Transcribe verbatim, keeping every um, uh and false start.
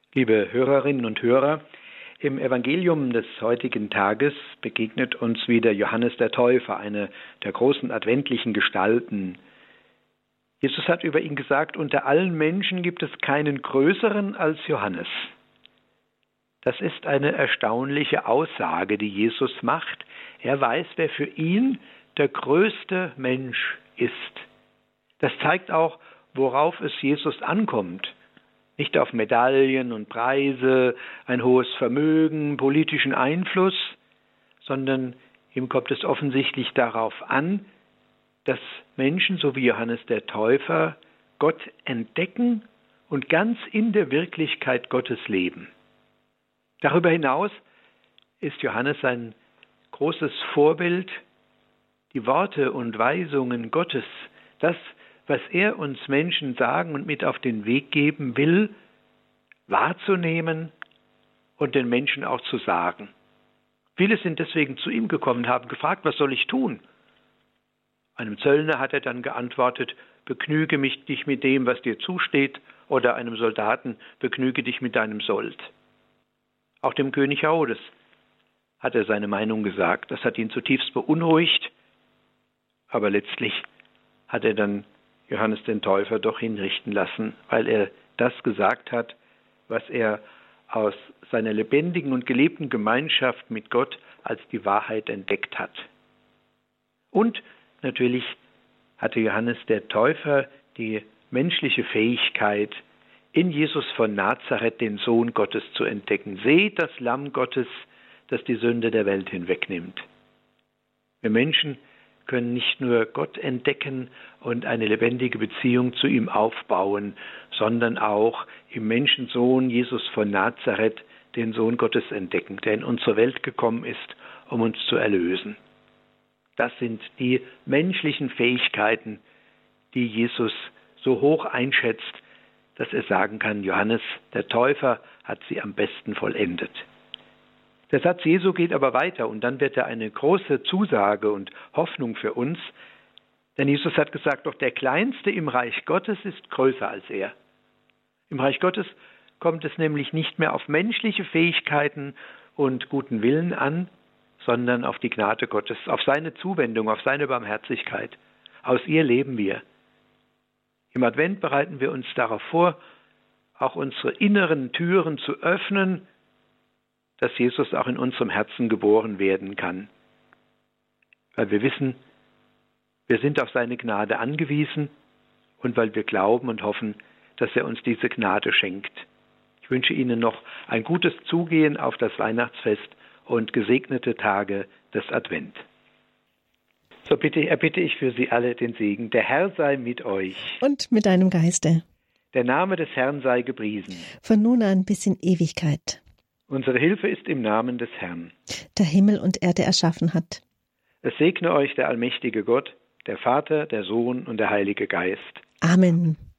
Liebe Hörerinnen und Hörer, im Evangelium des heutigen Tages begegnet uns wieder Johannes der Täufer, eine der großen adventlichen Gestalten. Jesus hat über ihn gesagt, unter allen Menschen gibt es keinen größeren als Johannes. Das ist eine erstaunliche Aussage, die Jesus macht. Er weiß, wer für ihn der größte Mensch ist. Das zeigt auch, worauf es Jesus ankommt. Nicht auf Medaillen und Preise, ein hohes Vermögen, politischen Einfluss, sondern ihm kommt es offensichtlich darauf an, dass Menschen, so wie Johannes der Täufer, Gott entdecken und ganz in der Wirklichkeit Gottes leben. Darüber hinaus ist Johannes ein großes Vorbild, die Worte und Weisungen Gottes, das, was er uns Menschen sagen und mit auf den Weg geben will, wahrzunehmen und den Menschen auch zu sagen. Viele sind deswegen zu ihm gekommen und haben gefragt, was soll ich tun? Einem Zöllner hat er dann geantwortet, begnüge mich dich mit dem, was dir zusteht, oder einem Soldaten, begnüge dich mit deinem Sold. Auch dem König Herodes hat er seine Meinung gesagt. Das hat ihn zutiefst beunruhigt, aber letztlich hat er dann Johannes den Täufer doch hinrichten lassen, weil er das gesagt hat, was er aus seiner lebendigen und gelebten Gemeinschaft mit Gott als die Wahrheit entdeckt hat. Und natürlich hatte Johannes der Täufer die menschliche Fähigkeit, in Jesus von Nazareth den Sohn Gottes zu entdecken. Seht das Lamm Gottes, das die Sünde der Welt hinwegnimmt. Wir Menschen können nicht nur Gott entdecken und eine lebendige Beziehung zu ihm aufbauen, sondern auch im Menschensohn Jesus von Nazareth den Sohn Gottes entdecken, der in unsere Welt gekommen ist, um uns zu erlösen. Das sind die menschlichen Fähigkeiten, die Jesus so hoch einschätzt, dass er sagen kann, Johannes der Täufer hat sie am besten vollendet. Der Satz Jesu geht aber weiter und dann wird er eine große Zusage und Hoffnung für uns. Denn Jesus hat gesagt, doch der Kleinste im Reich Gottes ist größer als er. Im Reich Gottes kommt es nämlich nicht mehr auf menschliche Fähigkeiten und guten Willen an, sondern auf die Gnade Gottes, auf seine Zuwendung, auf seine Barmherzigkeit. Aus ihr leben wir. Im Advent bereiten wir uns darauf vor, auch unsere inneren Türen zu öffnen, dass Jesus auch in unserem Herzen geboren werden kann. Weil wir wissen, wir sind auf seine Gnade angewiesen und weil wir glauben und hoffen, dass er uns diese Gnade schenkt. Ich wünsche Ihnen noch ein gutes Zugehen auf das Weihnachtsfest und gesegnete Tage des Advent. So bitte, erbitte ich für Sie alle den Segen. Der Herr sei mit euch. Und mit deinem Geiste. Der Name des Herrn sei gepriesen. Von nun an bis in Ewigkeit. Unsere Hilfe ist im Namen des Herrn, der Himmel und Erde erschaffen hat. Es segne euch der allmächtige Gott, der Vater, der Sohn und der Heilige Geist. Amen.